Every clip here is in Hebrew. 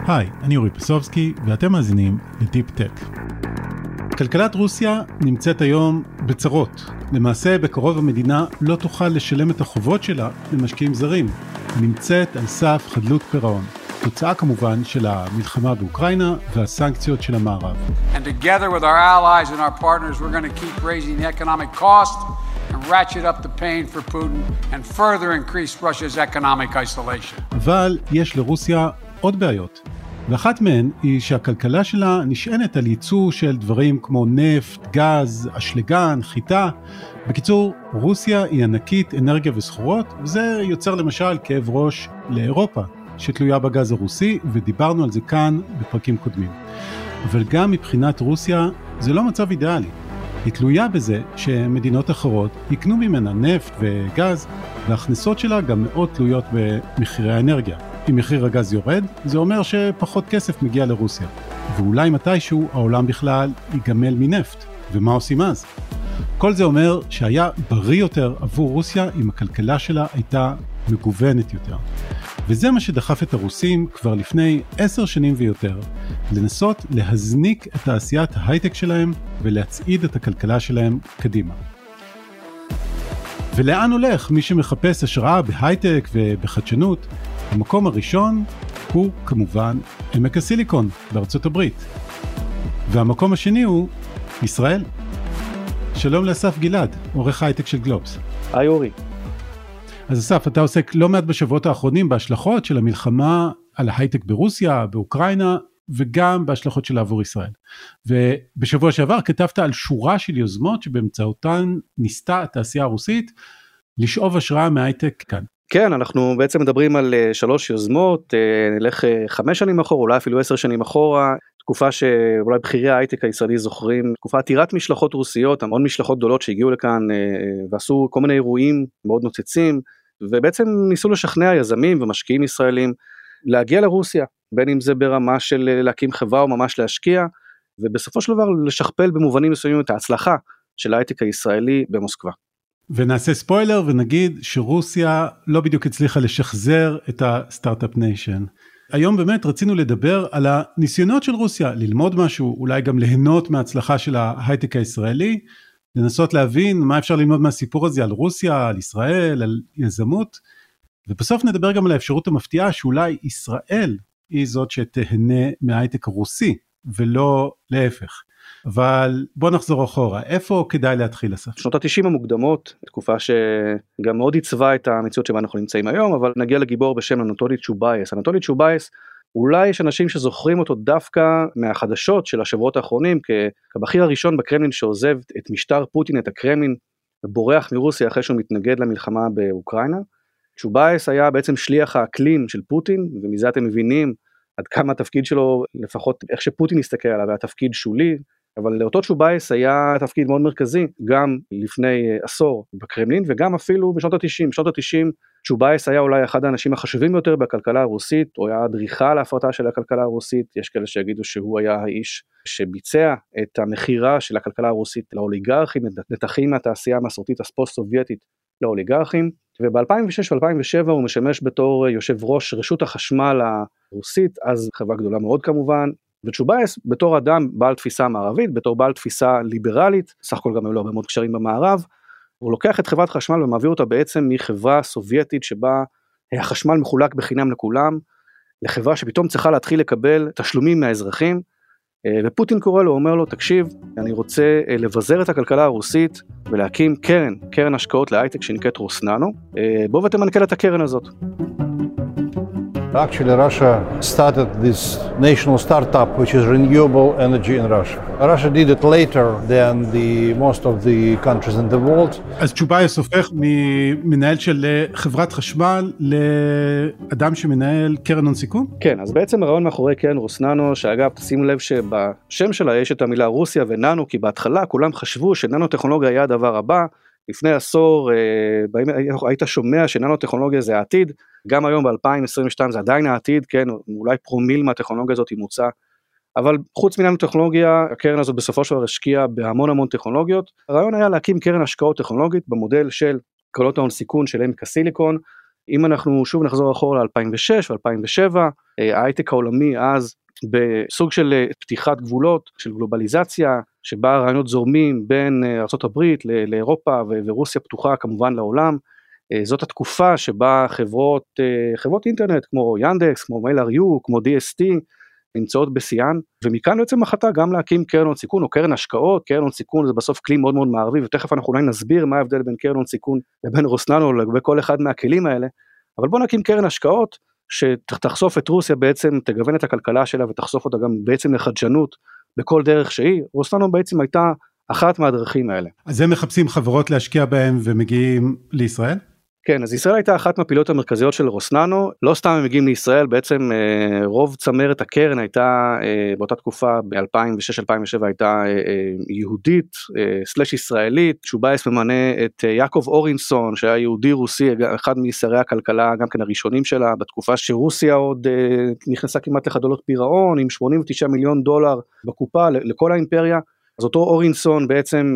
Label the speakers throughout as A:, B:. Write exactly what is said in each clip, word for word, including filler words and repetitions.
A: היי, אני אורי פסובסקי, ואתם מאזינים לטיפ טק. כלכלת רוסיה נמצאת היום בצרות. למעשה, בקרוב המדינה לא תוכל לשלם את החובות שלה למשקיעים זרים. נמצאת על סף חדלות פירעון. תוצאה כמובן של המלחמה באוקראינה והסנקציות של המערב.
B: And together with our allies and our partners, we're going to keep raising the economic cost and ratchet up the pain for Putin and further increase Russia's economic isolation.
A: אבל יש לרוסיה עוד בעיות. ואחת מהן היא שהכלכלה שלה נשענת על ייצוא של דברים כמו נפט, גז, אשלגן, חיטה. בקיצור, רוסיה היא ענקית אנרגיה וסחורות, וזה יוצר למשל כאב ראש לאירופה, שתלויה בגז הרוסי, ודיברנו על זה כאן בפרקים קודמים. אבל גם מבחינת רוסיה זה לא מצב אידיאלי. היא תלויה בזה שמדינות אחרות יקנו ממנה נפט וגז, וההכנסות שלה גם מאוד תלויות במחירי האנרגיה. אם מחיר הגז יורד, זה אומר שפחות כסף מגיע לרוסיה. ואולי מתישהו העולם בכלל ייגמל מנפט. ומה עושים אז? כל זה אומר שהיה בריא יותר עבור רוסיה אם הכלכלה שלה הייתה מגוונת יותר. וזה מה שדחף את הרוסים כבר לפני עשר שנים ויותר, לנסות להזניק את תעשיית ההייטק שלהם ולהצעיד את הכלכלה שלהם קדימה. ולאן הולך מי שמחפש השראה בהייטק ובחדשנות? המקום הראשון הוא כמובן עמק הסיליקון בארצות הברית. והמקום השני הוא ישראל. שלום לאסף גלעד, עורך הייטק של גלובס.
C: היי אורי.
A: אז אסף, אתה עוסק לא מעט בשבועות האחרונים בהשלכות של המלחמה על ההייטק ברוסיה, באוקראינה, וגם בהשלכות שלה עבור ישראל. ובשבוע שעבר כתבת על שורה של יוזמות שבאמצעותן ניסתה התעשייה הרוסית לשאוב השראה מההייטק כאן.
C: כן, אנחנו בעצם מדברים על שלוש יוזמות, נלך חמש שנים אחורה, אולי אפילו עשר שנים אחורה, תקופה שאולי בכירי ההייטק הישראלי זוכרים, תקופה עתירת משלחות רוסיות, המון משלחות גדולות שהגיעו לכאן ועשו כל מיני אירועים מאוד נוצצים, ובעצם ניסו לשכנע יזמים ומשקיעים ישראלים להגיע לרוסיה, בין אם זה ברמה של להקים חברה או ממש להשקיע, ובסופו של דבר לשכפל במובנים מסוימים את ההצלחה של ההייטק הישראלי במוסקבה.
A: ונעשה ספוילר ונגיד שרוסיה לא בדיוק הצליחה לשחזר את הסטארט-אפ ניישן. היום באמת רצינו לדבר על הניסיונות של רוסיה, ללמוד משהו, אולי גם ליהנות מההצלחה של ההייטק הישראלי, לנסות להבין מה אפשר ללמוד מהסיפור הזה על רוסיה, על ישראל, על יזמות, ובסוף נדבר גם על האפשרות המפתיעה שאולי ישראל היא זאת שתהנה מההייטק הרוסי, ולא להפך. אבל בוא נחזור אחורה, איפה כדאי להתחיל אסף?
C: שנות ה-תשעים המוקדמות, תקופה שגם מאוד עיצבה את המציאות שבה אנחנו נמצאים היום, אבל נגיע לגיבור בשם אנטולי צ'ובייס. אנטולי צ'ובייס, אולי יש אנשים שזוכרים אותו דווקא מהחדשות של השבועות האחרונים, כבכיר הראשון בקרמלין שעוזב את משטר פוטין, את הקרמלין, ובורח מרוסיה אחרי שהוא מתנגד למלחמה באוקראינה. צ'ובייס היה בעצם שליח האקלים של פוטין, ומזה אתם מבינים עד כמה התפקיד שלו, לפחות איך שפוטין הסתכל עליו, היה תפקיד שולי, אבל לאותו צ'ובייס היה תפקיד מאוד מרכזי, גם לפני עשור בקרמלין, וגם אפילו בשנות ה-תשעים. בשנות ה-תשעים צ'ובייס היה אולי אחד האנשים החשובים יותר בכלכלה הרוסית, הוא היה אדריכל להפרטה של הכלכלה הרוסית, יש כאלה שיגידו שהוא היה האיש שביצע את המחירה של הכלכלה הרוסית לאוליגרכים, נתחים מהתעשייה המסורתית הספוסט-סובייטית לאוליגרכים, וב-אלפיים ושש ו-אלפיים ושבע הוא משמש בתור יושב ראש רשות החשמל הרוסית, אז חברה גדולה מאוד כמובן, וצ'ובייס בתור אדם בעל תפיסה מערבית, בתור בעל תפיסה ליברלית, סך הכל גם היו לו הרבה מאוד קשרים במערב, הוא לוקח את חברת חשמל ומעביר אותה בעצם מחברה סובייטית שבה החשמל מחולק בחינם לכולם, לחברה שפתאום צריכה להתחיל לקבל תשלומים מהאזרחים, ופוטין קורא לו, אומר לו, תקשיב, אני רוצה לבזר את הכלכלה הרוסית ולהקים קרן, קרן השקעות להייטק שנקראת רוסננו, בוא ותמנכ"ל את הקרן הזאת.
D: Actually, Russia started this national startup, which is renewable energy in Russia. Russia did it later than the most of the countries in the world.
A: אז צ'ובייס הופך ממנהל של חברת חשמל לאדם שמנהל קרן הון סיכון?
C: כן, אז בעצם הרעיון מאחורי קרן רוסננו, שאגב, תשימו לב שבשם שלה יש את המילה רוסיה וננו, כי בהתחלה כולם חשבו שננו טכנולוגיה היה הדבר הבא, לפני עשור, היית שומע שננו טכנולוגיה זה העתיד, גם היום ב-אלפיים עשרים ושתיים זה עדיין העתיד, כן, אולי פרומיל מהטכנולוגיה הזאת היא מוצא, אבל חוץ מננו טכנולוגיה, הקרן הזאת בסופו של דבר השקיעה בהמון המון טכנולוגיות, הרעיון היה להקים קרן השקעות טכנולוגית במודל של קרנות ההון סיכון של עמק הסיליקון, אם אנחנו שוב נחזור אחורה ל-אלפיים ושש ו-אלפיים ושבע, ההייטק העולמי אז בסוג של פתיחת גבולות, של גלובליזציה, שבה הרעיונות זורמים בין ארצות הברית לאירופה ורוסיה פתוחה כמובן לעולם. זאת התקופה שבה חברות, חברות אינטרנט כמו ינדקס, כמו מייל.אר.יו, כמו די אס טי, נמצאות בשיאן, ומכאן בעצם מחתה גם להקים קרן הון סיכון או קרן השקעות. קרן הון סיכון זה בסוף כלי מאוד מאוד מערבי, ותכף אנחנו אולי נסביר מה ההבדל בין קרן הון סיכון לבין רוסננו לגבי כל אחד מהכלים האלה, אבל בוא נקים קרן השקעות שתחשוף את רוסיה, בעצם תגוון את הכלכלה שלה ותחשוף אותה גם בעצם לחדשנות בכל דרך שהיא. רוסננו בעצם הייתה אחת מהדרכים האלה.
A: אז הם מחפשים חברות להשקיע בהם ומגיעים לישראל?
C: כן, אז ישראל הייתה אחת מהפעילות המרכזיות של רוסננו, לא סתם הם מגיעים לישראל, בעצם רוב צמרת הקרן הייתה באותה תקופה, ב-אלפיים ושש אלפיים ושבע הייתה יהודית, סלש ישראלית. צ'ובייס ממנה את יעקב אורינסון, שהיה יהודי רוסי, אחד משרי הכלכלה, גם כן הראשונים שלה, בתקופה שרוסיה עוד נכנסה כמעט לחדלות פירעון, עם שמונים ותשעה מיליון דולר בקופה לכל האימפריה. אז אותו אורינסון בעצם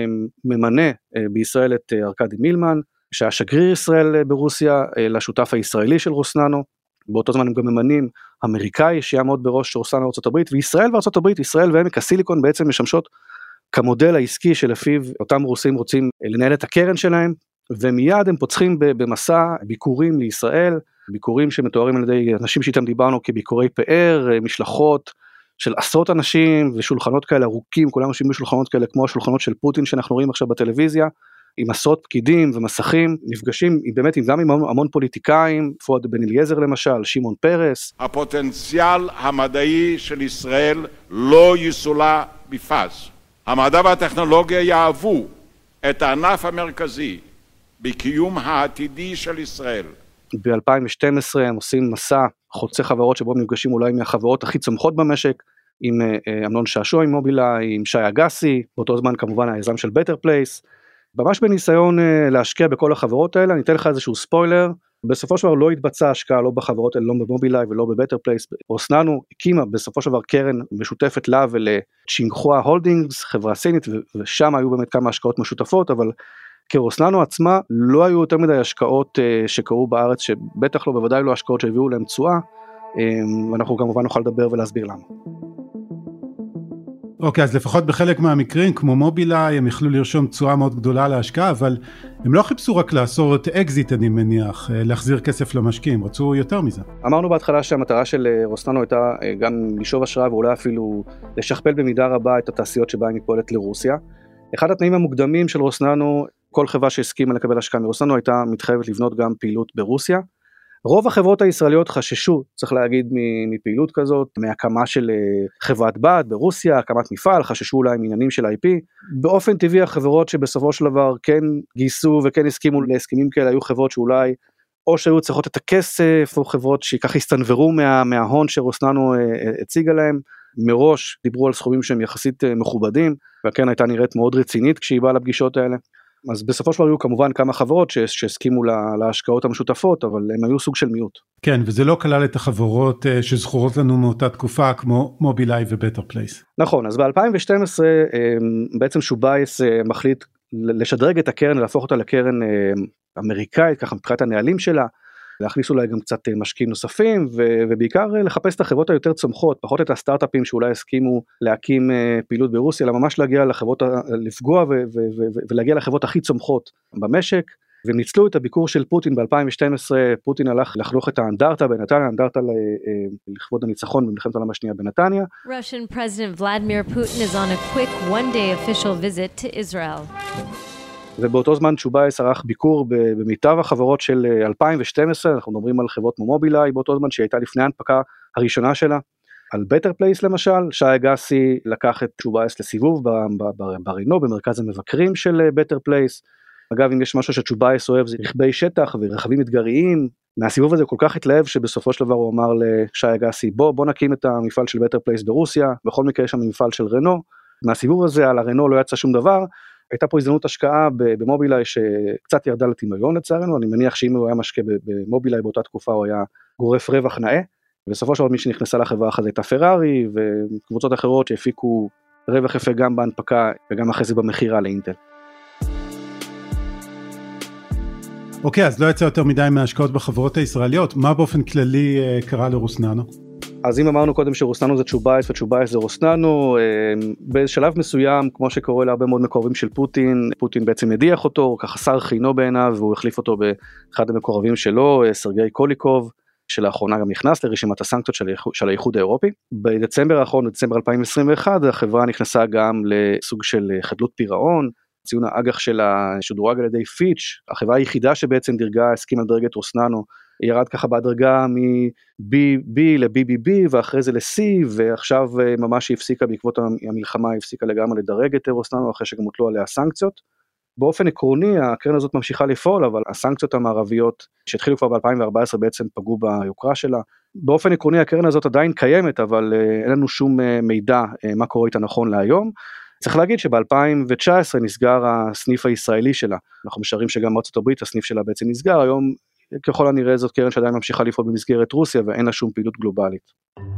C: ממנה בישראל את ארקדי מילמן, שהשגריר ישראל ברוסיה לשותף הישראלי של רוסננו. באותו זמן הם גם ממנים אמריקאי שיעמוד בראש רוסננו ארצות הברית, וישראל וארצות הברית, ישראל ועמק הסיליקון בעצם משמשות כמודל העסקי שלפיו אותם רוסים רוצים לנהל את הקרן שלהם, ומיד הם פוצחים במסע ביקורים לישראל, ביקורים שמתוארים על ידי אנשים שאיתם דיברנו כביקורי פאר, משלחות של עשרות אנשים ושולחנות כאלה ארוכים, כולם יושבים בשולחנות כאלה כמו השולחנות של פוטין שאנחנו רואים עכשיו בטלוויזיה, עם עשרות פקידים ומסכים, נפגשים באמת גם עם המון פוליטיקאים, פואד בן אליעזר למשל, שמעון פרס.
E: הפוטנציאל המדעי של ישראל לא יסולא בפז. המדע והטכנולוגיה יהוו את הענף המרכזי בקיום העתידי של ישראל.
C: ב-אלפיים ושתים עשרה הם עושים מסע חוצה חברות שבו הם נפגשים אולי מהחברות הכי צומחות במשק, עם אמנון שעשוע עם מובילאיי, עם שי אגסי, באותו זמן כמובן היזם של בטר פלייס, ממש בניסיון להשקיע בכל החברות האלה. אני אתן לך איזשהו ספוילר, בסופו של דבר לא התבצע השקעה לא בחברות האלה, לא במובילאיי ולא בבטר פלייס. רוסננו הקימה בסופו של דבר קרן משותפת לה ולצ'ינגחואה הולדינגס, חברה סינית, ושם היו באמת כמה השקעות משותפות, אבל כרוסננו עצמה לא היו יותר מדי השקעות שקרו בארץ, שבטח לא, בוודאי לא השקעות שהביאו להם תשואה, ואנחנו כמובן נוכל לדבר ולהסביר למה.
A: אוקיי, אז לפחות בחלק מהמקרים, כמו מובילאיי, הם יכלו לרשום תשואה מאוד גדולה להשקעה, אבל הם לא חיפשו רק לעשור את אקזיט, אני מניח, להחזיר כסף למשקיעים, רצו יותר מזה.
C: אמרנו בהתחלה שהמטרה של רוסננו הייתה גם לשאוב השראה, ואולי אפילו לשכפל במידה רבה את התעשיות שבה היא פועלת לרוסיה. אחד התנאים המוקדמים של רוסננו, כל חברה שהסכימה לקבל השקעה מרוסננו, הייתה מתחייבת לבנות גם פעילות ברוסיה. רוב החברות הישראליות חששו, צריך להגיד, מפעילות כזאת, מהקמה של חברת בת ברוסיה, הקמת מפעל, חששו אולי מעניינים של איי פי. באופן טבעי החברות שבסופו של דבר כן גייסו וכן הסכימו להסכמים כאלה, היו חברות שאולי או שהיו צריכות את הכסף, או חברות שכך הסתנוורו מה, מההון שרוסננו הציגה להם. מראש דיברו על סכומים שהם יחסית מכובדים, והקרן הייתה נראית מאוד רצינית כשהיא באה לפגישות האלה. אז בסופו של דבר היו כמובן כמה חברות שהסכימו להשקעות המשותפות, אבל הם היו סוג של מיעוט.
A: כן, וזה לא כלל את החברות שזכורות לנו מאותה תקופה, כמו מובילאיי ובטר פלייס.
C: נכון, אז ב-אלפיים ושתים עשרה בעצם שובייס מחליט לשדרג את הקרן, להפוך אותה לקרן אמריקאית, ככה מבחינת הנהלים שלה, להכניס אולי גם קצת משקיעים נוספים, ובעיקר לחפש את החברות היותר צומחות, פחות את הסטארט-אפים שאולי הסכימו להקים פעילות ברוסיה, אלא ממש להגיע לחברות, לפגוע ולהגיע לחברות הכי צומחות במשק, והם ניצלו את הביקור של פוטין ב-אלפיים ושתים עשרה, פוטין הלך לחנוך את האנדרטה בנתניה, האנדרטה לכבוד הניצחון במלחמת העולם השנייה בנתניה.
F: Russian President Vladimir Putin is on a quick one-day official visit to Israel.
C: ובאותו זמן צ'ובייס ערך ביקור במיטב החברות של אלפיים ושתים עשרה, אנחנו מדברים על חברות כמו מובילאיי, באותו זמן שהיא הייתה לפני ההנפקה הראשונה שלה, על בטר פלייס למשל. שי אגסי לקח את צ'ובייס לסיבוב ברנו, במרכז המבקרים של בטר פלייס. אגב, אם יש משהו שצ'ובייס אוהב, זה רכבי שטח ורכבים אתגריים. מהסיבוב הזה כל כך התלהב, שבסופו של דבר הוא אמר לשי אגסי, בוא, בוא נקים את המפעל של בטר פלייס ברוסיה, בכל מקרה יש שם מפעל של רנו. מהסיבוב הזה על הרנו לא יצא שום דבר. הייתה פה הזדמנות השקעה במובילאיי שקצת ירדה לטמיון לצערנו, אני מניח שאם הוא היה משקע במובילאיי באותה תקופה הוא היה גורף רווח נאה, ובסופו של דבר מי שנכנסה לחברה אחת הייתה פרארי, וקבוצות אחרות שהפיקו רווח יפה גם בהנפקה וגם אחרי זה במחירה לאינטל.
A: אוקיי, אז לא יצא יותר מדי מההשקעות בחברות הישראליות, מה באופן כללי קרה לרוסננו?
C: אז אם אמרנו קודם שרוסננו זה צ'ובייס וצ'ובייס זה רוסננו, בשלב מסוים, כמו שקורה להרבה מאוד מקורבים של פוטין, פוטין בעצם הדיח אותו, ככה שר חינו בעיניו, והוא החליף אותו באחד המקורבים שלו, סרגי קוליקוב, שלאחרונה גם נכנס לרשימת הסנקציות של, של האיחוד האירופי. בדצמבר האחרון, דצמבר אלפיים עשרים ואחת, החברה נכנסה גם לסוג של חדלות פירעון, ציון האג"ח שלה שודרג על ידי פיץ', החברה היחידה שבעצם דרגה, הסכימה לדרג את רוסננו, ירד ככה בהדרגה מ-בי בי ל-בי בי בי, ואחרי זה ל-C, ועכשיו ממש היא הפסיקה, בעקבות המלחמה, היא הפסיקה לגמרי לדרג את רוסננו, אחרי שגם הוטלו עליה סנקציות. באופן עקרוני, הקרן הזאת ממשיכה לפעול, אבל הסנקציות המערביות, שהתחילו כבר ב-אלפיים וארבע עשרה, בעצם פגעו ביוקרה שלה. באופן עקרוני, הקרן הזאת עדיין קיימת, אבל אין לנו שום מידע מה קורה איתה נכון להיום. צריך להגיד שב-אלפיים תשע עשרה נסגר הסניף הישראלי שלה, אנחנו משערים שגם בארצות הברית הסניף שלה בעצם נסגר, היום ככל הנראה זאת קרן שעדיין ממשיכה לפעול במסגרת רוסיה ואין לה שום פעילות גלובלית.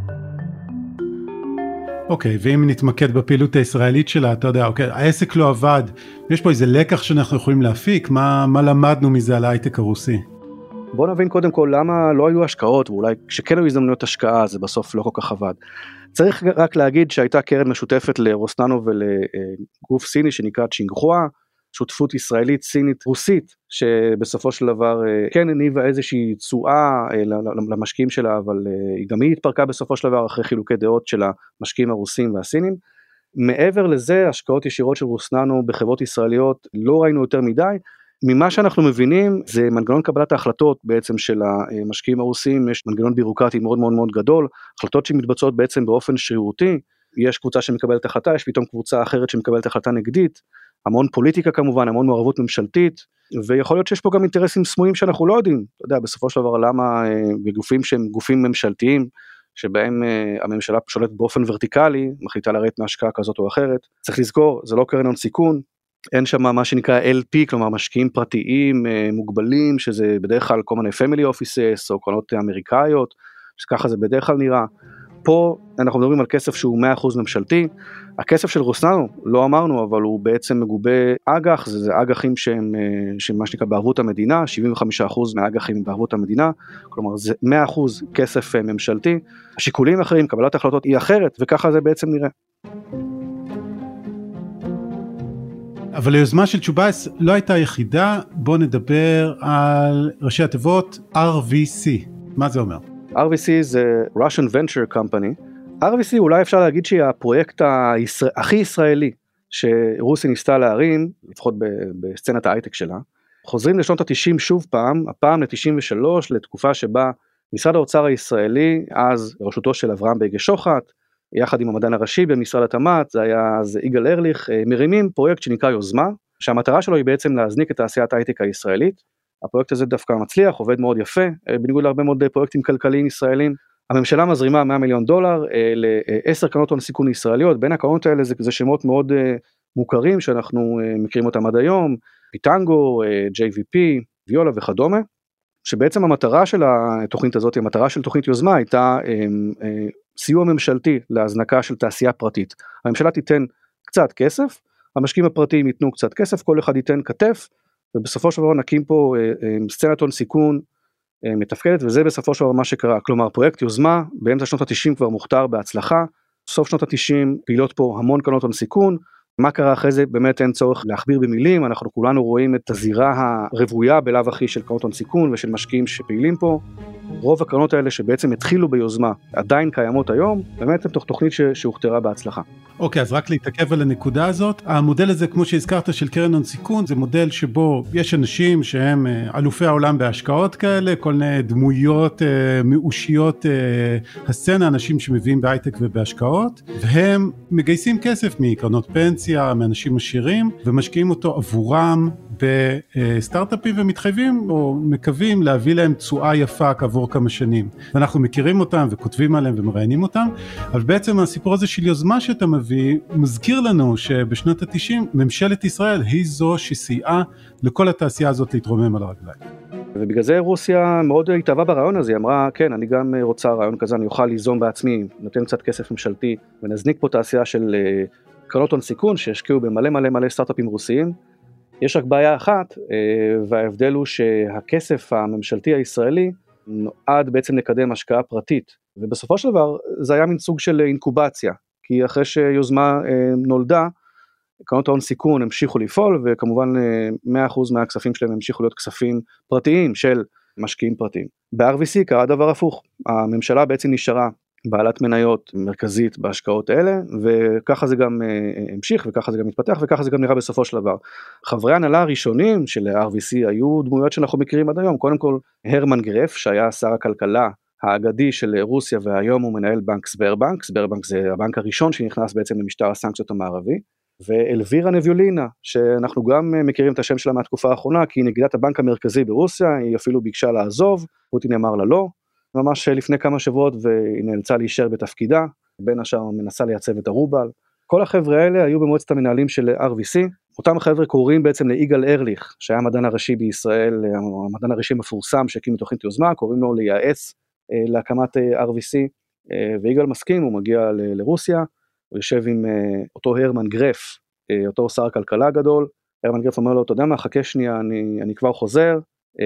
A: אוקיי, ואם נתמקד בפעילות הישראלית שלה, אתה יודע, אוקיי, העסק לא עבד, יש פה איזה לקח שאנחנו יכולים להפיק, מה, מה למדנו מזה על ההייטק הרוסי?
C: בוא נבין קודם כל למה לא היו השקעות, ואולי כשכן היו הזדמנויות השקעה, זה בסוף לא כל כך עבד. צריך רק להגיד שהייתה קרן משותפת לרוסננו ולגוף סיני שנקרא צ'ינגחואה, שותפות ישראלית סינית רוסית, שבסופו של דבר כן הניבה איזושהי תשואה למשקיעים שלה, אבל גם היא התפרקה בסופו של דבר אחרי חילוקי דעות של המשקיעים הרוסים והסינים. מעבר לזה, השקעות ישירות של רוסננו בחברות ישראליות לא ראינו יותר מדי, ממה שאנחנו מבינים זה מנגנון קבלת ההחלטות בעצם של המשקיעים הרוסים, יש מנגנון בירוקרטי מאוד מאוד מאוד גדול, החלטות שמתבצעות בעצם באופן שרירותי, יש קבוצה שמקבלת החלטה, יש פתאום קבוצה אחרת שמקבלת החלטה נגדית, המון פוליטיקה כמובן, המון מעורבות ממשלתית, ויכול להיות שיש פה גם אינטרסים סמויים שאנחנו לא יודעים, אתה יודע, בסופו של דבר למה בגופים שהם גופים ממשלתיים, שבהם הממשלה שולטת באופן ורטיקלי, מחליטה לרדת מהשקעה כזאת או אחרת, צריך לזכור, זה לא קרן הון סיכון, אין שם מה שנקרא אל פי, כלומר משקיעים פרטיים מוגבלים, שזה בדרך כלל כל מיני family offices, או קרנות אמריקאיות, שככה זה בדרך כלל נראה. פה אנחנו מדברים על כסף שהוא מאה אחוז ממשלתי, הכסף של רוסננו, לא אמרנו, אבל הוא בעצם מגובה אג"ח, זה, זה אג"חים שהם, שהם מה שנקרא בערבות המדינה, שבעים וחמישה אחוז מהאג"חים הם בערבות המדינה, כלומר זה מאה אחוז כסף ממשלתי, השיקולים אחרים, קבלת החלטות היא אחרת, וככה זה בעצם נראה.
A: אבל היוזמה של צ'ובייס לא הייתה יחידה, בוא נדבר על ראשי התיבות אר וי סי, מה זה אומר?
C: אר וי סי זה Russian Venture Company, אר וי סי אולי אפשר להגיד שהיא הפרויקט הישראל... הכי ישראלי שרוסיה ניסתה להרים, לפחות בסצנת ההייטק שלה, חוזרים לשנות ה-תשעים שוב פעם, הפעם ל-תשעים ושלוש, לתקופה שבה משרד האוצר הישראלי, אז ראשותו של אברהם בייגה שוחט, יחד עם המדען הראשי במשרד התמ"ת, זה היה אז יגאל ארליך, מרימים פרויקט שנקרא יוזמה, שהמטרה שלו היא בעצם להזניק את תעשיית ההייטק הישראלית, הפרויקט הזה דווקא מצליח, עובד מאוד יפה, בניגוד להרבה מאוד פרויקטים כלכליים ישראלים, הממשלה מזרימה מאה מיליון דולר לעשר קרנות הון סיכון ישראליות, בין הקרנות האלה זה, זה שמות מאוד מוכרים שאנחנו מכירים אותם עד היום, פיטנגו, ג'יי וי פי, ויולה וכדומה, שבעצם המטרה של התוכנית הזאת, המטרה של תוכנית יוזמה הייתה סיוע ממשלתי להזנקה של תעשייה פרטית. הממשלה תיתן קצת כסף, המשקיעים הפרטיים ייתנו קצת כסף, כל אחד ייתן כתף, ובסופו של דבר נקים פה סצנת הון סיכון מתפקדת, וזה בסופו של דבר מה שקרה. כלומר, פרויקט יוזמה, באמצע שנות ה-תשעים כבר מוכתר בהצלחה, סוף שנות ה-תשעים פעילות פה המון קרנות הון סיכון, מה קרה אחרי זה באמת אין צורך להכביר במילים, אנחנו כולנו רואים את הזירה הרבויה בלאו הכי של קרנות הון סיכון ושל משקיעים שפעילים פה, רוב הקרנות האלה שבעצם התחילו ביוזמה עדיין קיימות היום, באמת הם תוך תוכנית שהוכתרה בהצלחה.
A: אוקיי, אז רק להתעכב על הנקודה הזאת, המודל הזה כמו שהזכרת של קרן הון סיכון, זה מודל שבו יש אנשים שהם אלופי העולם בהשקעות כאלה, כל מיני דמויות מאושיות הסצנה, אנשים שמביאים בהייטק ובהשקעות, והם מגייסים כסף מקרנות פנסיה, מאנשים עשירים, ומשקיעים אותו עבורם בסטארט-אפים ומתחייבים או מקווים להביא להם תשואה יפה כעבור כמה שנים. ואנחנו מכירים אותם וכותבים עליהם ומראיינים אותם, אבל בעצם הסיפור הזה של יוזמה שאתה מביא, מזכיר לנו שבשנות ה-תשעים ממשלת ישראל היא זו שסייעה לכל התעשייה הזאת להתרומם על הרגליים.
C: ובגלל זה רוסיה מאוד התאהבה ברעיון הזה, היא אמרה, כן, אני גם רוצה רעיון כזה, אני אוכל ליזום בעצמי, נותן קצת כסף ממשלתי, ונזניק פה תעשייה של קרנות הון סיכון, שהשקיעו במלא מלא מלא סטארט-אפים רוסיים, יש רק בעיה אחת, וההבדל הוא שהכסף הממשלתי הישראלי נועד בעצם לקדם השקעה פרטית, ובסופו של דבר זה היה מין סוג של אינקובציה, כי אחרי שיוזמה נולדה, קרנות ההון סיכון המשיכו לפעול, וכמובן מאה אחוז מהכספים שלהם המשיכו להיות כספים פרטיים של משקיעים פרטיים. ב-אר וי סי קרה דבר הפוך, הממשלה בעצם נשארה בעלת מניות מרכזית בהשקעות האלה, וככה זה גם המשיך, וככה זה גם מתפתח, וככה זה גם נראה בסופו של דבר. חברי הנהלה הראשונים של אר וי סי היו דמויות שאנחנו מכירים עד היום, קודם כל הרמן גרף, שהיה שר הכלכלה האגדי של רוסיה, והיום הוא מנהל בנק סברבנק, סברבנק זה הבנק הראשון שנכנס בעצם למשטר הסנקציות המערבי, ואלווירה נביולינה, שאנחנו גם מכירים את השם שלה מהתקופה האחרונה, כי היא נגידת הבנק המרכזי ברוסיה, היא אפילו ביקשה לעזוב, פוטין אמר לה לא, ממש לפני כמה שבועות, והיא נאלצה להישאר בתפקידה, בין השאר מנסה לייצב את הרובל. כל החבר'ה האלה היו במועצת המנהלים של אר וי סי, אותם החבר'ה קוראים בעצם ליגאל ארליך, שהיה המדען הראשי בישראל, המדען הראשי מפורסם שהקים תוכנית יוזמה, קוראים לו לייעץ להקמת אר וי סי, ויגאל מסכים, הוא מגיע ל- לרוסיה, הוא יושב עם אותו הרמן גרף, אותו שר הכלכלה הגדול, הרמן גרף אומר לו, אתה יודע מה, חכה שנייה, אני, אני כבר חוזר,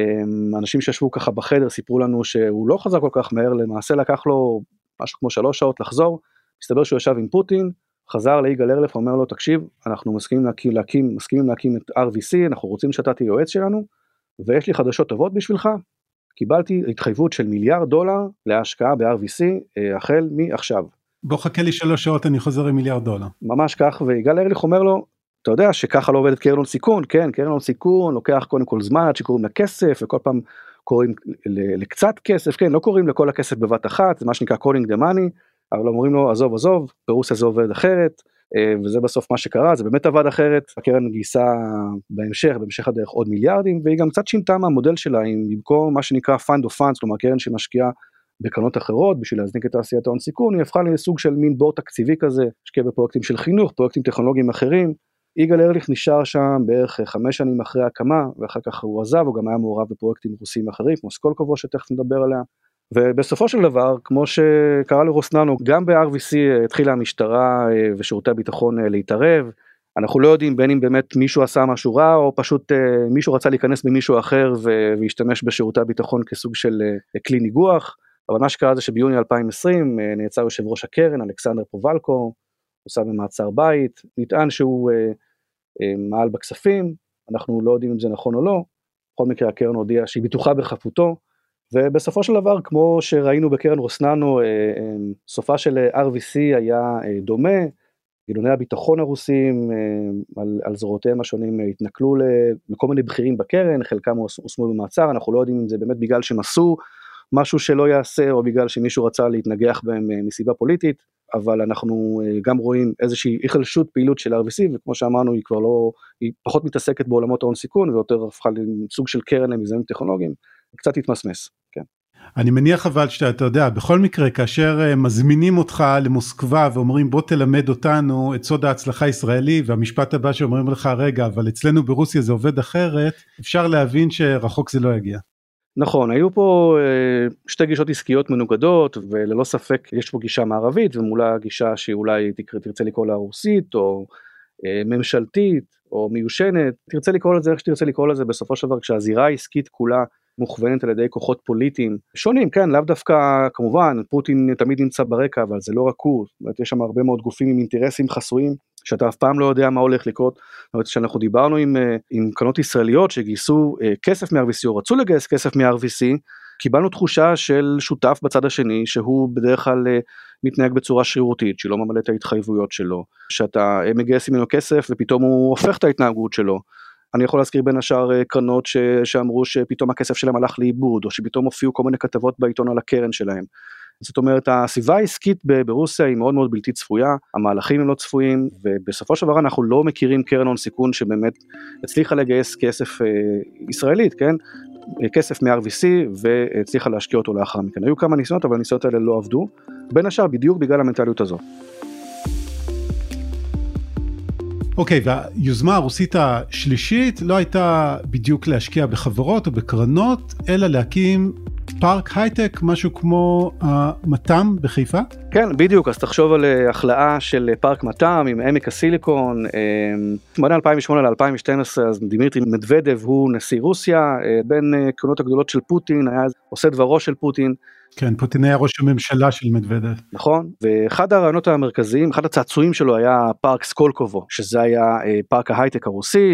C: אנשים שישבו ככה בחדר סיפרו לנו שהוא לא חזר כל כך מהר, למעשה לקח לו משהו כמו שלוש שעות לחזור, מסתבר שהוא ישב עם פוטין, חזר ליגאל ארליך ואומר לו, תקשיב, אנחנו מסכימים להקים, להקים, מסכימים להקים את אר וי סי, אנחנו רוצים שאתה תהיה יועץ שלנו, ויש לי חדשות טובות בשבילך, קיבלתי התחייבות של מיליארד דולר להשקעה ב-אר וי סי, החל מעכשיו.
A: בוא חכה לי שלוש שעות, אני חוזר עם מיליארד דולר.
C: ממש כך, ויגאל ארליך אומר לו, אתה יודע שככה לא עובדת קרן הון סיכון, כן, קרן הון סיכון, לוקח קודם כל זמן עד שקוראים לכסף, וכל פעם קוראים לקצת כסף, כן, לא קוראים לכל הכסף בבת אחת, זה מה שנקרא calling the money, אבל אומרים לו, עזוב, עזוב, ברוסיה זה עובד אחרת, וזה בסוף מה שקרה, זה באמת עבד אחרת, הקרן גייסה בהמשך, בהמשך הדרך עוד מיליארדים, והיא גם קצת שינתה מהמודל שלה, עם במקום מה שנקרא fund of funds, כלומר קרן שמשקיעה בקרנות אחרות, בשביל להזניק את תעשיית ההון סיכון, היא הפכה לסוג של מין בור תקציבי כזה, השקיע בפרויקטים של חינוך, פרויקטים טכנולוגיים אחרים, יגאל ארליך נשאר שם בערך חמש שנים אחרי ההקמה, ואחר כך הוא עזב, הוא גם היה מעורב בפרויקטים רוסיים אחרים, כמו סקולקובו שתכף נדבר עליה, ובסופו של דבר, כמו שקרה לרוסננו, גם ב-אר וי סי התחילה המשטרה ושירותי הביטחון להתערב, אנחנו לא יודעים בין אם באמת מישהו עשה משהו רע, או פשוט מישהו רצה להיכנס במישהו אחר, והשתמש בשירותי הביטחון כסוג של כלי ניגוח, אבל מה שקרה זה שביוני אלפיים ועשרים נעצר יושב ראש הקרן, אלכסנדר פובלקו, עושה במעצר בית, נטען שהוא אה, אה, מעל בכספים, אנחנו לא יודעים אם זה נכון או לא, בכל מקרה הקרן הודיעה שהיא בטוחה בחפותו, ובסופו של דבר, כמו שראינו בקרן רוסננו, אה, אה, סופה של אר וי סי היה אה, דומה, גילוני הביטחון הרוסים אה, על, על זרועותיהם השונים אה, התנכלו לכל מיני בכירים בקרן, חלקם הושמו במעצר, אנחנו לא יודעים אם זה באמת בגלל שהם עשו משהו שלא יעשה, או בגלל שמישהו רצה להתנגח בהם אה, מסיבה פוליטית, אבל אנחנו גם רואים איזושהי החלשות פעילות של אר וי סי, וכמו שאמרנו, היא כבר לא, היא פחות מתעסקת בעולמות ההון סיכון, ויותר הפכה לסוג של קרן למיזמים טכנולוגיים, קצת התמסמס, כן.
A: אני מניח אבל שאתה, אתה יודע, בכל מקרה, כאשר מזמינים אותך למוסקבה, ואומרים בוא תלמד אותנו את סוד ההצלחה הישראלי, והמשפט הבא שאומרים לך, רגע, אבל אצלנו ברוסיה זה עובד אחרת, אפשר להבין שרחוק זה לא יגיע.
C: נכון, היו פה שתי גישות עסקיות מנוגדות, וללא ספק יש פה גישה מערבית, ומולה גישה שאולי תרצה לקרוא לה רוסית, או ממשלתית, או מיושנת, תרצה לקרוא לזה איך שתרצה לקרוא לזה, בסופו של דבר כשהזירה העסקית כולה מוכוונת על ידי כוחות פוליטיים שונים, כן, לאו דווקא, כמובן, פוטין תמיד נמצא ברקע, אבל זה לא רק הוא, זאת אומרת, יש שם הרבה מאוד גופים עם אינטרסים חסויים, שאתה אף פעם לא יודע מה הולך לקרות, זאת אומרת, שאנחנו דיברנו עם, עם קרנות ישראליות שגייסו כסף מ-אר וי סי, או רצו לגייס כסף מ-אר וי סי, קיבלנו תחושה של שותף בצד השני, שהוא בדרך כלל מתנהג בצורה שרירותית, שלא ממלא את ההתחייבויות שלו, שאתה מגייס ממנו כסף, ופתאום הוא הופך את ההתנהגות שלו, אני יכול להזכיר בין השאר קרנות ש... שאמרו שפתאום הכסף שלהם הלך לאיבוד, או שפתאום הופיעו כל מיני כתבות בעיתון על הקרן שלהם. זאת אומרת, הסביבה העסקית ברוסיה היא מאוד מאוד בלתי צפויה, המהלכים הם לא צפויים, ובסופו של דבר אנחנו לא מכירים קרן הון סיכון שבאמת הצליחה לגייס כסף אה, ישראלית, כן? כסף מ-אר וי סי, והצליחה להשקיע אותו לאחר מכן. היו כמה ניסיונות, אבל הניסיונות האלה לא עבדו, בין השאר בדיוק בגלל המנטליות הזאת.
A: אוקיי, okay, והיוזמה הרוסית השלישית לא הייתה בדיוק להשקיע בחברות או בקרנות, אלא להקים פארק הייטק, משהו כמו המת"ם בחיפה?
C: כן, בדיוק, אז תחשוב על החלאה של פארק מת"ם עם עמק הסיליקון, בין אלפיים ושמונה ל-אלפיים ושתים עשרה, אז דמיטרי מדוודב הוא נשיא רוסיה, בין כהונות הגדולות של פוטין, היה עושה דברו של פוטין.
A: כן, פוטין היה ראש הממשלה של מדוודב.
C: נכון, ואחד הרעיונות המרכזיים, אחד הצעצועים שלו היה פארק סקולקובו, שזה היה פארק ההייטק הרוסי,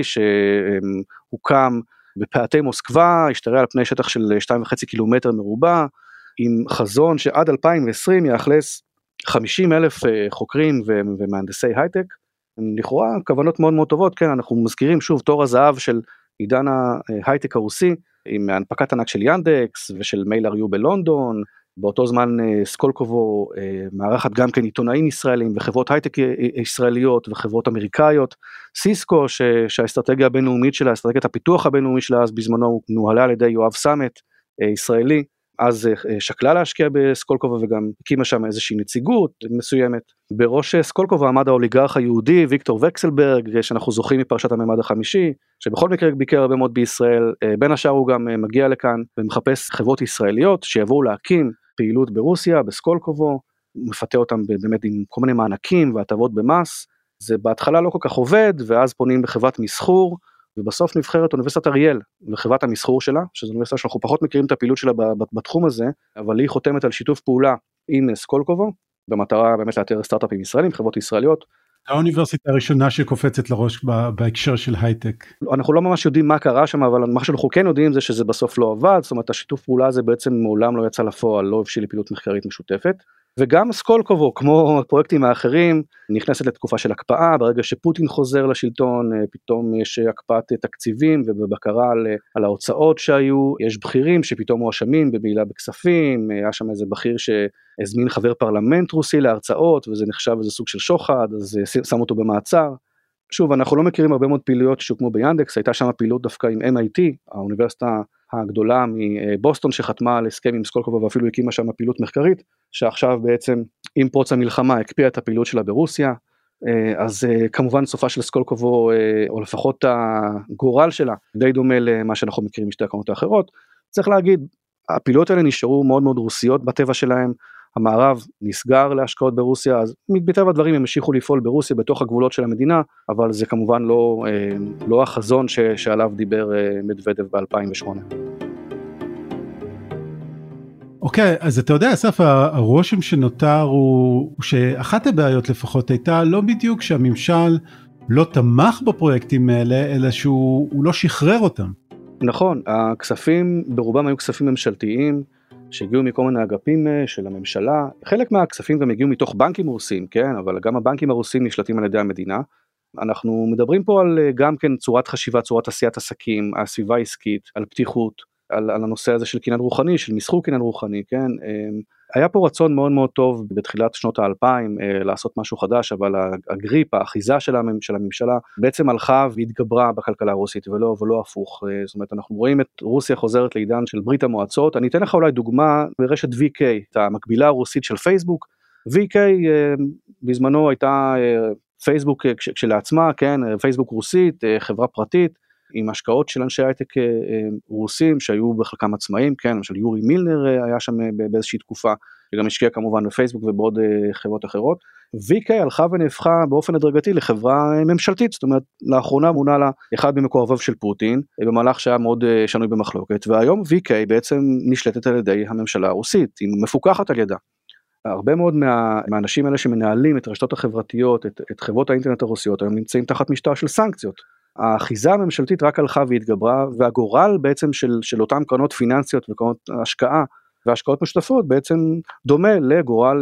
C: שהוקם בפאתי מוסקבה, השתרע על פני שטח של שתיים וחצי קילומטר מרובע, עם חזון שעד אלפיים ועשרים יאכלס חמישים אלף חוקרים ומהנדסי הייטק, לכאורה כוונות מאוד מאוד טובות, כן, אנחנו מזכירים שוב תור הזהב של עידן ההייטק הרוסי, עם הנפקת ענק של ינדקס ושל מייל אר יו בלונדון, באותו זמן סקולקובו מארחת גם כן עיתונאים ישראלים וחברות הייטק ישראליות וחברות אמריקאיות, סיסקו שהאסטרטגיה הבינלאומית שלה, אסטרטגיית הפיתוח הבינלאומי שלה אז בזמנו נוהלה על ידי יואב סמט ישראלי, אז שקלה להשקיע בסקולקובו וגם הקימה שם איזושהי נציגות מסוימת. בראש סקולקובו עמד האוליגרך היהודי ויקטור וקסלברג, שאנחנו זוכרים מפרשת הממד החמישי, שבכל מקרה ביקר הרבה מאוד בישראל, בין השאר הוא גם מגיע לכאן ומחפש חברות ישראליות שיבואו להקים פעילות ברוסיה, בסקולקובו, מפתה אותם באמת עם כל מיני מענקים והטבות במס, זה בהתחלה לא כל כך עובד, ואז פונים בחברת מסחור, ובסוף נבחרת אוניברסיטת אריאל, וחברת המסחור שלה, שזו אוניברסיטה שאנחנו פחות מכירים את הפעילות שלה בתחום הזה, אבל היא חותמת על שיתוף פעולה עם סקולקובו, במטרה באמת לאתר סטארט-אפים ישראלים, חברות ישראליות.
A: האוניברסיטה הראשונה שקופצת לראש בהקשר של הייטק.
C: אנחנו לא ממש יודעים מה קרה שם, אבל מה שאנחנו כן יודעים זה שזה בסוף לא עבד, זאת אומרת השיתוף פעולה הזה בעצם מעולם לא יצא לפועל, לא הבשיל לפעילות מחקרית משותפת, וגם סקולקובו, כמו הפרויקטים האחרים, נכנסת לתקופה של הקפאה, ברגע שפוטין חוזר לשלטון, פתאום יש הקפאת תקציבים ובבקרה על, על ההוצאות שהיו, יש בכירים שפתאום מואשמים בבעילה בכספים, היה שם איזה בכיר שהזמין חבר פרלמנט רוסי להרצאות, וזה נחשב איזה סוג של שוחד, אז שם אותו במעצר. שוב, אנחנו לא מכירים הרבה מאוד פעילויות שהוקמו ביאנדקס, הייתה שם פעילות דווקא עם אם איי טי, האוניברסיטה הגדולה מבוסטון שחתמה על הסכם עם סקולקובו ואפילו הקימה שם פעילות מחקרית, שעכשיו בעצם עם פרוץ המלחמה הקפיאה את הפעילות שלה ברוסיה, אז כמובן סופה של סקולקובו, או לפחות הגורל שלה, די דומה למה שאנחנו מכירים משתי הקרנות האחרות, צריך להגיד, הפעילויות האלה נשארו מאוד מאוד רוסיות בטבע שלהם, המערב נסגר להשקעות ברוסיה, אז מטבע הדברים הם המשיכו לפעול ברוסיה בתוך הגבולות של המדינה, אבל זה כמובן לא, לא החזון ש, שעליו דיבר מדוודב ב-אלפיים ושמונה.
A: אוקיי, okay, אז אתה יודע, אסף, הרושם שנותר הוא, הוא שאחת הבעיות לפחות הייתה לא בדיוק שהממשל לא תמך בפרויקטים האלה, אלא שהוא לא שחרר אותם.
C: נכון, הכספים ברובם היו כספים ממשלתיים, שהגיעו מכל מיני אגפים של הממשלה, חלק מהכספים גם הגיעו מתוך בנקים רוסים, כן, אבל גם הבנקים הרוסים נשלטים על ידי המדינה, אנחנו מדברים פה על גם כן צורת חשיבה, צורת עשיית עסקים, הסביבה העסקית, על פתיחות, על, על הנושא הזה של קניין רוחני, של מסחור קניין רוחני, כן, היה פה רצון מאוד מאוד טוב בתחילת שנות האלפיים לעשות משהו חדש, אבל הגריפ, האחיזה של הממשלה בעצם הלכה והתגברה בכלכלה הרוסית ולא, ולא הפוך. זאת אומרת, אנחנו רואים את רוסיה חוזרת לעידן של ברית המועצות. אני אתן לך אולי דוגמה ברשת וי קיי, את המקבילה הרוסית של פייסבוק. וי קיי בזמנו הייתה פייסבוק כשלעצמה, כן, פייסבוק רוסית, חברה פרטית, עם השקעות של אנשי הייטק רוסים שהיו בחלקם עצמאים, כן, למשל יורי מילנר היה שם באיזושהי תקופה, שגם השקיע כמובן בפייסבוק ובעוד חברות אחרות. וי קיי הלכה ונהפכה באופן הדרגתי לחברה ממשלתית, זאת אומרת, לאחרונה מונה לה אחד ממקורביו של פוטין, במהלך שהיה מאוד שנוי במחלוקת, והיום וי קיי בעצם נשלטת על ידי הממשלה הרוסית, היא מפוקחת על ידה. הרבה מאוד מה, מהאנשים האלה שמנהלים את הרשתות החברתיות, את, את חברות האינטרנט הרוסיות, הם נמצאים תחת משטר של סנקציות. האחיזה הממשלתית רק הלכה והתגברה, והגורל בעצם של, של אותם קרנות פיננסיות וקרנות השקעה והשקעות משותפות בעצם דומה לגורל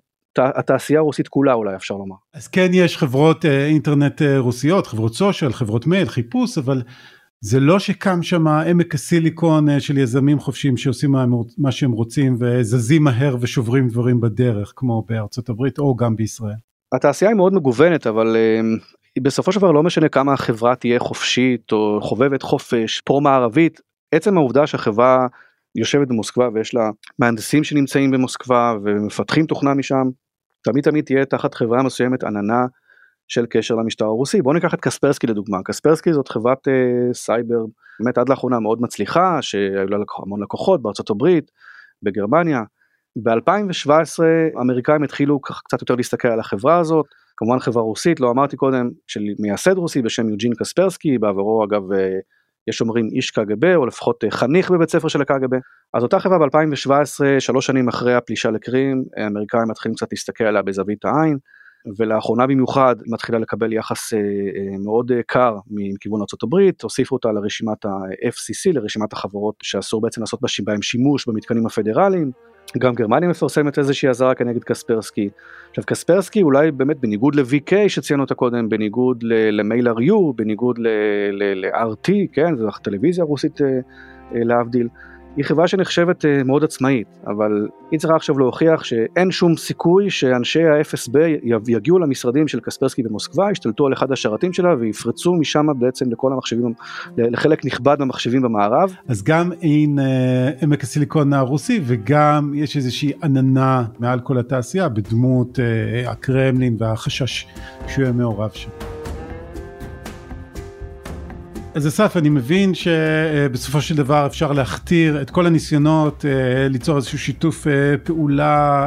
C: התעשייה הרוסית כולה, אולי אפשר לומר.
A: אז כן, יש חברות אינטרנט רוסיות, חברות סושיאל, חברות מייל, חיפוש, אבל זה לא שקם שם עמק הסיליקון של יזמים חופשיים שעושים מה שהם רוצים וזזים מהר ושוברים דברים בדרך, כמו בארצות הברית או גם בישראל.
C: התעשייה היא מאוד מגוונת, אבל בסופו של דבר לא משנה כמה החברה תהיה חופשית או חובבת חופש, פרו-מערבית, עצם העובדה שהחברה יושבת במוסקבה ויש לה מהנדסים שנמצאים במוסקבה ומפתחים תוכנה משם, תמיד תמיד תהיה תחת חברה מסוימת עננה של קשר למשטר הרוסי. בואו ניקח את קספרסקי לדוגמה. קספרסקי זאת חברת אה, סייבר, באמת עד לאחרונה מאוד מצליחה, שהיו לה המון לקוחות בארצות הברית, בגרמניה. ב-אלפיים שבע עשרה האמריקאים התחילו קצת יותר להסתכל על החברה הזאת, כמובן חברה רוסית, לא אמרתי קודם, של מייסד רוסי בשם יוג'ין קספרסקי, בעברו אגב יש אומרים איש קג"ב, או לפחות חניך בבית ספר של הקג"ב. אז אותה חברה ב-אלפיים שבע עשרה, שלוש שנים אחרי הפלישה לקרים, האמריקאים מתחילים קצת להסתכל עליה בזווית העין, ולאחרונה במיוחד מתחילה לקבל יחס מאוד קר מכיוון ארצות הברית, הוסיפו אותה לרשימת ה-אף סי סי, לרשימת החברות שאסור בעצם לעשות בהם שימוש במתקנים הפדרליים. גם גרמניה מפרסמת איזושהי אזהרה כנגד קספרסקי. עכשיו קספרסקי אולי באמת בניגוד ל-וי קיי שציינו אותה קודם, בניגוד ל-מייל אר יו, בניגוד ל-אר טי, כן, זו הטלוויזיה הרוסית להבדיל, היא חברה שנחשבת מאוד עצמאית, אבל היא צריכה עכשיו להוכיח שאין שום סיכוי שאנשי ה-אף אס בי יגיעו למשרדים של קספרסקי במוסקבה, ישתלטו על אחד השרתים שלה ויפרצו משם בעצם לכל המחשבים, לחלק נכבד מהמחשבים במערב.
A: אז גם אין עמק הסיליקון הרוסי, וגם יש איזושהי עננה מעל כל התעשייה, בדמות הקרמלין והחשש שהוא יהיה מעורב שם. אז אסף, אני מבין שבסופו של דבר אפשר להכתיר את כל הניסיונות, ליצור איזשהו שיתוף פעולה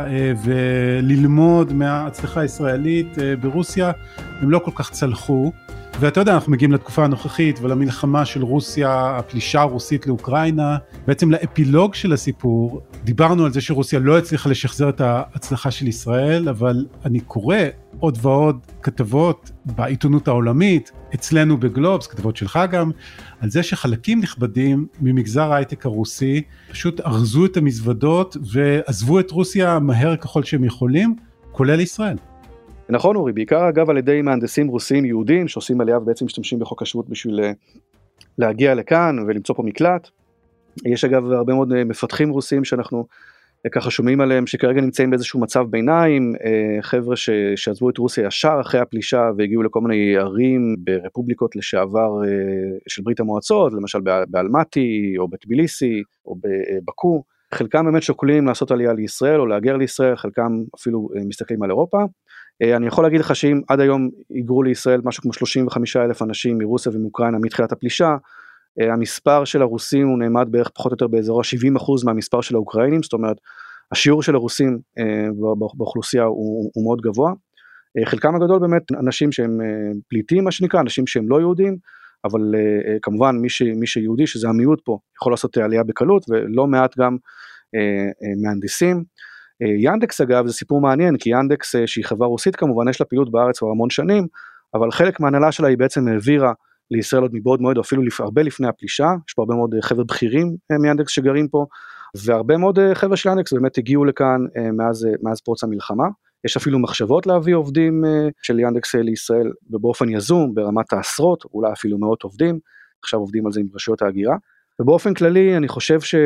A: וללמוד מההצלחה הישראלית ברוסיה, הם לא כל כך צלחו. ואתה יודע, אנחנו מגיעים לתקופה הנוכחית ולמלחמה של רוסיה, הפלישה הרוסית לאוקראינה, בעצם לאפילוג של הסיפור. דיברנו על זה שרוסיה לא הצליחה לשחזר את ההצלחה של ישראל, אבל אני קורא עוד ועוד כתבות בעיתונות העולמית, אצלנו בגלובס, כתבות שלך גם, על זה שחלקים נכבדים ממגזר ההייטק הרוסי פשוט ארזו את המזוודות ועזבו את רוסיה מהר ככל שהם יכולים, כולל ישראל.
C: נכון אורי, בעיקר אגב על ידי מהנדסים רוסים יהודים שעושים עלייה ובעצם משתמשים בחוק השבות בשביל להגיע לכאן ולמצוא פה מקלט. יש אגב הרבה מאוד מפתחים רוסים שאנחנו ככה שומעים עליהם שכרגע נמצאים באיזשהו מצב ביניים, חבר'ה שעזבו את רוסיה ישר אחרי הפלישה והגיעו לכל מיני ערים ברפובליקות לשעבר של ברית המועצות, למשל באלמטי או בטביליסי או בבקו. חלקם באמת שוקלים לעשות עלייה לישראל או להגר לישראל, חלקם אפילו מסתכלים על אירופה. אני יכול להגיד לך שאם עד היום היגרו לישראל משהו כמו שלושים וחמישה אלף אנשים מרוסיה ומאוקראינה מתחילת הפלישה, המספר של הרוסים הוא נעמד בערך פחות או יותר באזור ה-שבעים אחוז מהמספר של האוקראינים, זאת אומרת השיעור של הרוסים באוכלוסייה הוא, הוא מאוד גבוה. חלקם הגדול באמת אנשים שהם פליטים מה שנקרא, אנשים שהם לא יהודים, אבל כמובן מי, ש, מי שיהודי שזה המיעוט פה יכול לעשות עלייה בקלות, ולא מעט גם מהנדסים. ינדקס אגב זה סיפור מעניין, כי ינדקס שהיא חברה רוסית כמובן יש לה פעילות בארץ כבר המון שנים, אבל חלק מהנהלה שלה היא בעצם העבירה לישראל עוד מבעוד מועד, או אפילו הרבה לפני הפלישה, יש פה הרבה מאוד חבר'ה בכירים מיינדקס שגרים פה, והרבה מאוד חבר'ה של ינדקס באמת הגיעו לכאן מאז, מאז פרוץ המלחמה, יש אפילו מחשבות להביא עובדים של ינדקס לישראל, ובאופן יזום ברמת העשרות, אולי אפילו מאות עובדים, עכשיו עובדים על זה עם רשויות ההגירה, ובאופן כללי אני חושב ש...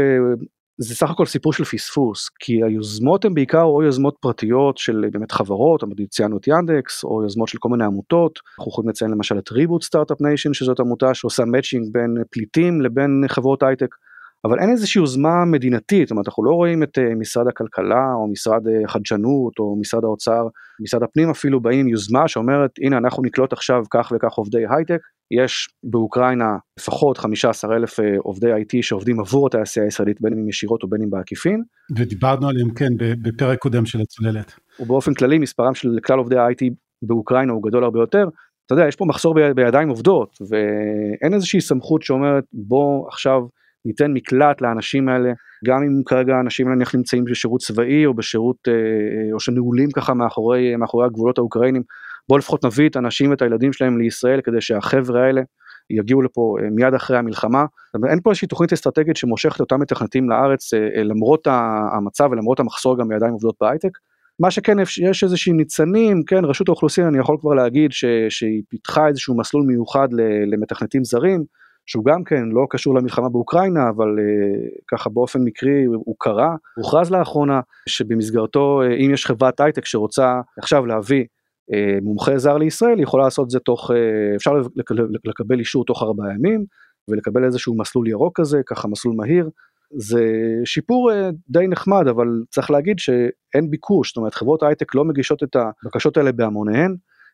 C: זה סך הכל סיפור של פספוס, כי היוזמות הן בעיקר או יוזמות פרטיות של באמת חברות, אבל ציינו את ינדקס, או יוזמות של כל מיני עמותות, אנחנו יכולים לציין למשל את ריבוט סטארט-אפ ניישן, שזאת עמותה שעושה מאצ'ינג בין פליטים לבין חברות הייטק, אבל אין איזושהי יוזמה מדינתית, זאת אומרת, אנחנו לא רואים את משרד הכלכלה, או משרד חדשנות, או משרד האוצר, משרד הפנים אפילו באים יוזמה שאומרת, הנה אנחנו נקלוט עכשיו כך וכך עובדי הייטק, יש באוקראינה לפחות חמישה עשר אלף עובדי איי טי שעובדים עבור התעשייה הישראלית, בין אם ישירות או בין אם בעקיפין.
A: ודיברנו עליהם כן בפרק קודם של הצוללת.
C: ובאופן כללי מספרם של כלל עובדי ה-איי טי באוקראינה הוא גדול הרבה יותר, אתה יודע, יש פה מחסור ב- בידיים עובדות, ואין איזושהי סמכות שאומרת בוא עכשיו ניתן מקלט לאנשים האלה, גם אם כרגע האנשים האלה נמצאים בשירות צבאי או בשירות, או שנעולים ככה מאחורי, מאחורי הגבולות האוקראינים, בוא לפחות נביא את האנשים ואת הילדים שלהם לישראל, כדי שהחבר'ה האלה יגיעו לפה מיד אחרי המלחמה. אין פה איזושהי תוכנית אסטרטגית שמושכת אותם מתכנתים לארץ, למרות המצב ולמרות המחסור גם בידיים עובדות בהייטק. מה שכן, יש איזושהי ניצנים, כן, רשות האוכלוסין, אני יכול כבר להגיד ש, שהיא פיתחה איזשהו מסלול מיוחד למתכנתים זרים, שהוא גם כן לא קשור למלחמה באוקראינה, אבל uh, ככה באופן מקרי הוא קרה, הוכרז לאחרונה, שבמסגרתו, uh, אם יש חברת הייטק שרוצה עכשיו להביא uh, מומחה זר לישראל, היא יכולה לעשות את זה תוך, uh, אפשר לק, לקבל אישור תוך ארבעה ימים, ולקבל איזשהו מסלול ירוק כזה, ככה מסלול מהיר, זה שיפור uh, די נחמד, אבל צריך להגיד שאין ביקוש, זאת אומרת חברות הייטק לא מגישות את הבקשות האלה בהמוניהן,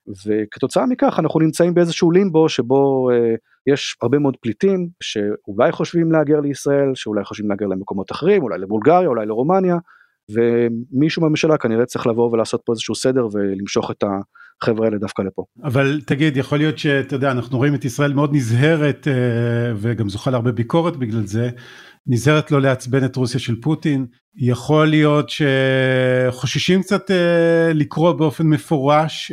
C: וכתוצאה מכך אנחנו נמצאים באיזשהו לימבו שבו יש הרבה מאוד פליטים שאולי חושבים להגר לישראל, שאולי חושבים להגר למקומות אחרים, אולי לבולגריה, אולי לרומניה, ומישהו בממשלה כנראה צריך לבוא ולעשות פה איזשהו סדר ולמשוך את החבר'ה האלה דווקא לפה.
A: אבל תגיד, יכול להיות שאתה יודע, אנחנו רואים את ישראל מאוד נזהרת, וגם זוכה להרבה ביקורת בגלל זה, נזהרת לא לעצבן את רוסיה של פוטין, יכול להיות שחוששים קצת לקרוא באופן מפורש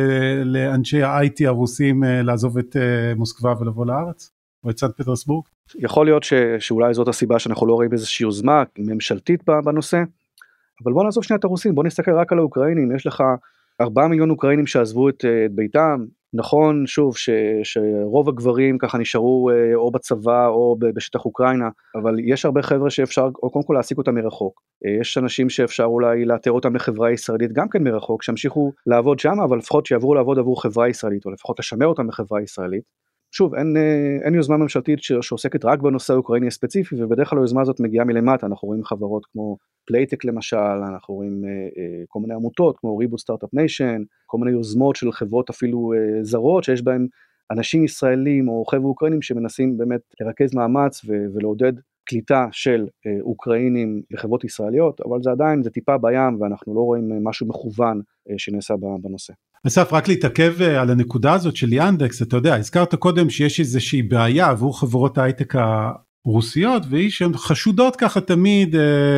A: לאנשי ה-איי טי הרוסים לעזוב את מוסקבה ולבוא לארץ, או את סנט פטרסבורג?
C: יכול להיות ש, שאולי זאת הסיבה שאנחנו לא רואים איזושהי יוזמה ממשלתית בנושא, אבל בוא נעזוב שנייה את הרוסים, בוא נסתכל רק על האוקראינים, יש לך ארבעה מיליון אוקראינים שעזבו את, את ביתם, נכון שוב ש, שרוב הגברים ככה נשארו או בצבא או בשטח אוקראינה, אבל יש הרבה חבר'ה שאפשר או קודם כל להעסיק אותם מרחוק, יש אנשים שאפשר אולי לאתר אותם לחברה ישראלית גם כן מרחוק, שהמשיכו לעבוד שם, אבל לפחות שיעברו לעבוד עבור חברה ישראלית, או לפחות לשמר אותם בחברה ישראלית. שוב, אין, אין יוזמה ממשלתית שעוסקת רק בנושא האוקראיני הספציפי, ובדרך כלל היוזמה הזאת מגיעה מלמטה, אנחנו רואים חברות כמו פלייטק למשל, אנחנו רואים אה, אה, כל מיני עמותות כמו ריבוט סטארט-אפ ניישן, כל מיני יוזמות של חברות אפילו אה, זרות, שיש בהן אנשים ישראלים או חבר'ה אוקראינים שמנסים באמת לרכז מאמץ ו- ולעודד קליטה של אה, אוקראינים לחברות ישראליות, אבל זה עדיין, זה טיפה בים, ואנחנו לא רואים משהו מכוון אה, שנעשה בנושא.
A: אסף, רק להתעכב על הנקודה הזאת של ינדקס, אתה יודע, הזכרת קודם שיש איזושהי בעיה עבור חברות ההייטק הרוסיות, והיא שהן חשודות ככה תמיד,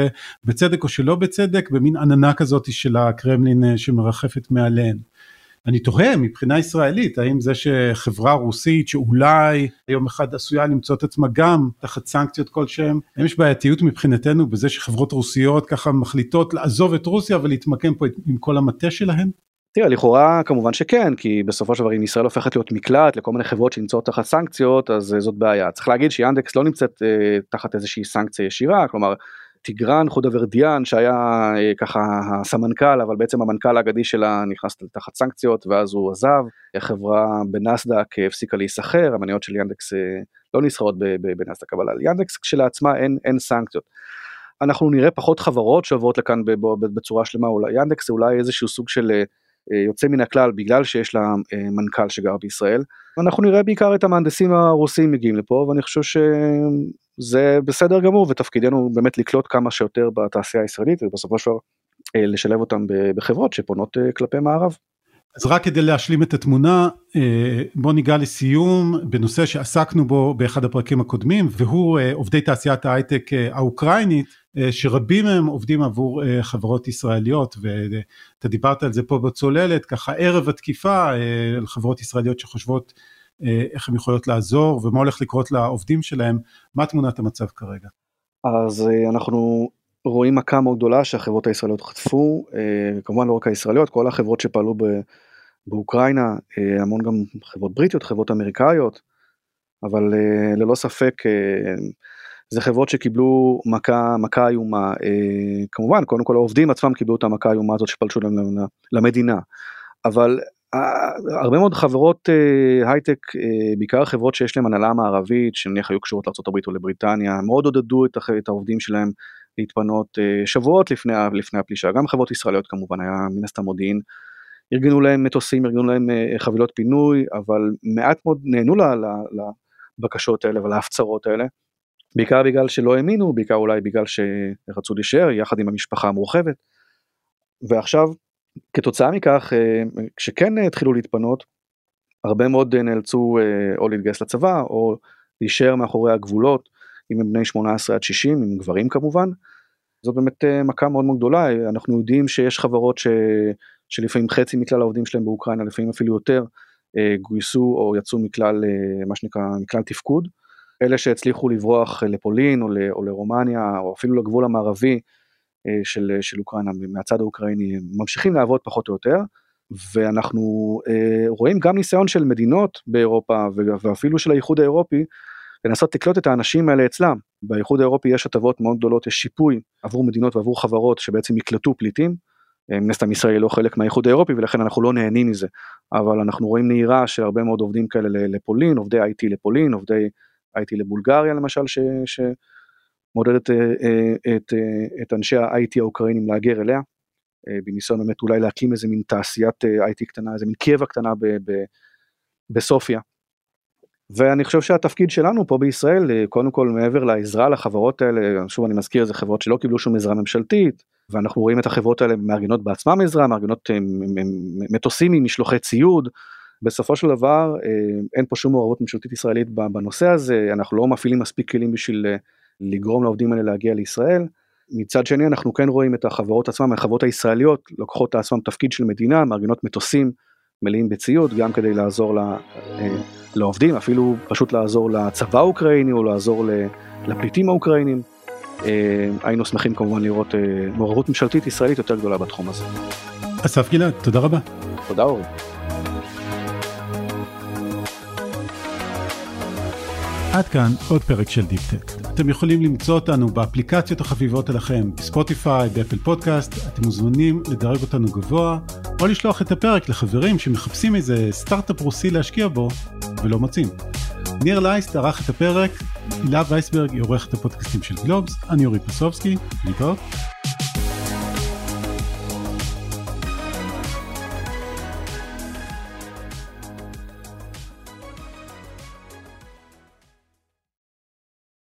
A: בצדק או שלא בצדק, במין עננה כזאת של הקרמלין שמרחפת מעליהן. אני תוהה מבחינה ישראלית, האם זה שחברה רוסית שאולי יום אחד עשויה למצוא את עצמה גם תחת סנקציות כלשהם, האם יש בעייתיות מבחינתנו בזה שחברות רוסיות ככה מחליטות לעזוב את רוסיה ולהתמקם פה עם כל המטה שלהן?
C: תראה, לכאורה כמובן שכן, כי בסופו של דבר אם ישראל הופכת להיות מקלט לכל מיני חברות שנמצאות תחת סנקציות, אז זאת בעיה. צריך להגיד שיאנדקס לא נמצאת אה, תחת איזושהי סנקציה ישירה, כלומר, טיגרן חודוורדיאן שהיה אה, ככה הסמנכ"ל, אבל בעצם המנכ"ל האגדי שלה נכנס תחת סנקציות, ואז הוא עזב, החברה בנסדק הפסיקה להיסחר, המניות של יאנדקס אה, לא נסחרות בנסדק, אבל על יאנדקס כשלעצמה אין, אין סנקציות. אנחנו נראה פחות חברות שעוברות לכאן בצורה שלמה, אולי יאנדקס זה אולי איזשהו סוג של יוצא מן הכלל בגלל שיש לה מנכ"ל שגר בישראל, אנחנו נראה בעיקר את המהנדסים הרוסים מגיעים לפה, ואני חושב שזה בסדר גמור, ותפקידנו באמת לקלוט כמה שיותר בתעשייה הישראלית, ובסופו של דבר לשלב אותם בחברות שפונות כלפי מערב.
A: אז רק כדי להשלים את התמונה, בוא ניגע לסיום בנושא שעסקנו בו באחד הפרקים הקודמים, והוא עובדי תעשיית ההייטק האוקראינית, שרבים מהם עובדים עבור חברות ישראליות, ואתה דיברת על זה פה בצוללת, ככה ערב התקיפה, על חברות ישראליות שחושבות איך הן יכולות לעזור, ומה הולך לקרות לעובדים שלהם, מה תמונת המצב כרגע?
C: אז אנחנו רואים מכה מאוד גדולה שהחברות הישראליות חטפו, כמובן לא רק הישראליות, כל החברות שפעלו באוקראינה, המון גם חברות בריטיות, חברות אמריקאיות, אבל ללא ספק זה חברות שקיבלו מכה, מכה איומה, כמובן קודם כל העובדים עצמם קיבלו את המכה האיומה הזאת שפלשו להם למדינה, אבל הרבה מאוד חברות הייטק, בעיקר חברות שיש להם הנהלה מערבית, שנניח היו קשורות לארצות הברית או לבריטניה, מאוד עודדו את העובדים שלהם להתפנות שבועות לפני, לפני הפלישה, גם חברות ישראליות כמובן, היה מן הסתם מודיעין, ארגנו להם מטוסים, ארגנו להם חבילות פינוי, אבל מעט מאוד נהנו לבקשות האלה ולהפצרות האלה, בעיקר בגלל שלא האמינו, בעיקר אולי בגלל שרצו להישאר יחד עם המשפחה המורחבת, ועכשיו כתוצאה מכך, כשכן התחילו להתפנות, הרבה מאוד נאלצו או להתגייס לצבא, או להישאר מאחורי הגבולות, אם הם בני שמונה עשרה עד שישים, עם גברים כמובן, זאת באמת מכה מאוד מאוד גדולה, אנחנו יודעים שיש חברות ש... שלפעמים חצי מכלל העובדים שלהם באוקראינה, לפעמים אפילו יותר, גויסו או יצאו מכלל, מה שנקרא, מכלל תפקוד, אלה שהצליחו לברוח לפולין או, ל... או לרומניה, או אפילו לגבול המערבי של, של אוקראינה, מהצד האוקראיני, ממשיכים לעבוד פחות או יותר, ואנחנו רואים גם ניסיון של מדינות באירופה, ואפילו של האיחוד האירופי, לנסות לקלוט את האנשים האלה אצלם. באיחוד האירופי יש הטבות מאוד גדולות, יש שיפוי עבור מדינות ועבור חברות שבעצם יקלטו פליטים, מן הסתם ישראל לא חלק מהאיחוד האירופי, ולכן אנחנו לא נהנים מזה, אבל אנחנו רואים נהירה של הרבה מאוד עובדים כאלה לפולין, עובדי איי טי לפולין, עובדי איי טי לבולגריה למשל, ש, שמודדת את, את, את אנשי ה-איי טי האוקראינים להגר אליה, בניסיון באמת אולי להקים איזה מין תעשיית איי טי קטנה, איזה מין קבע קטנה ב, ב, בסופיה. ואני חושב שהתפקיד שלנו פה בישראל, קודם כל מעבר לעזרה לחברות האלה, שוב אני מזכיר, זה חברות שלא קיבלו שום עזרה ממשלתית, ואנחנו רואים את החברות האלה מארגנות בעצמם עזרה, מארגנות מטוסים עם משלוחי ציוד, בסופו של דבר אין פה שום מעורבות ממשלתית ישראלית בנושא הזה, אנחנו לא מפעילים מספיק כלים בשביל לגרום לעובדים האלה להגיע לישראל, מצד שני אנחנו כן רואים את החברות עצמם, החברות הישראליות לוקחות לעצמם תפקיד של מדינה, מארגנות מטוסים מלאים בציוד, גם כדי לעזור לה, לעובדים, אפילו פשוט לעזור לצבא האוקראיני או לעזור לפליטים האוקראינים. היינו שמחים כמובן לראות מעורבות ממשלתית ישראלית יותר גדולה בתחום הזה.
A: אסף גלעד, תודה רבה.
C: תודה אורי.
A: עד כאן עוד פרק של דיפ-טק. אתם יכולים למצוא אותנו באפליקציות החביבות עליכם, בספוטיפיי, באפל פודקאסט, אתם מוזמנים לדרג אותנו גבוה, או לשלוח את הפרק לחברים שמחפשים איזה סטארט-אפ רוסי להשקיע בו ולא מוצאים. ניר לייסט ערך את הפרק, הילה וייסברג היא עורכת הפודקאסטים של גלובס, אני אורי פסובסקי, להתראות.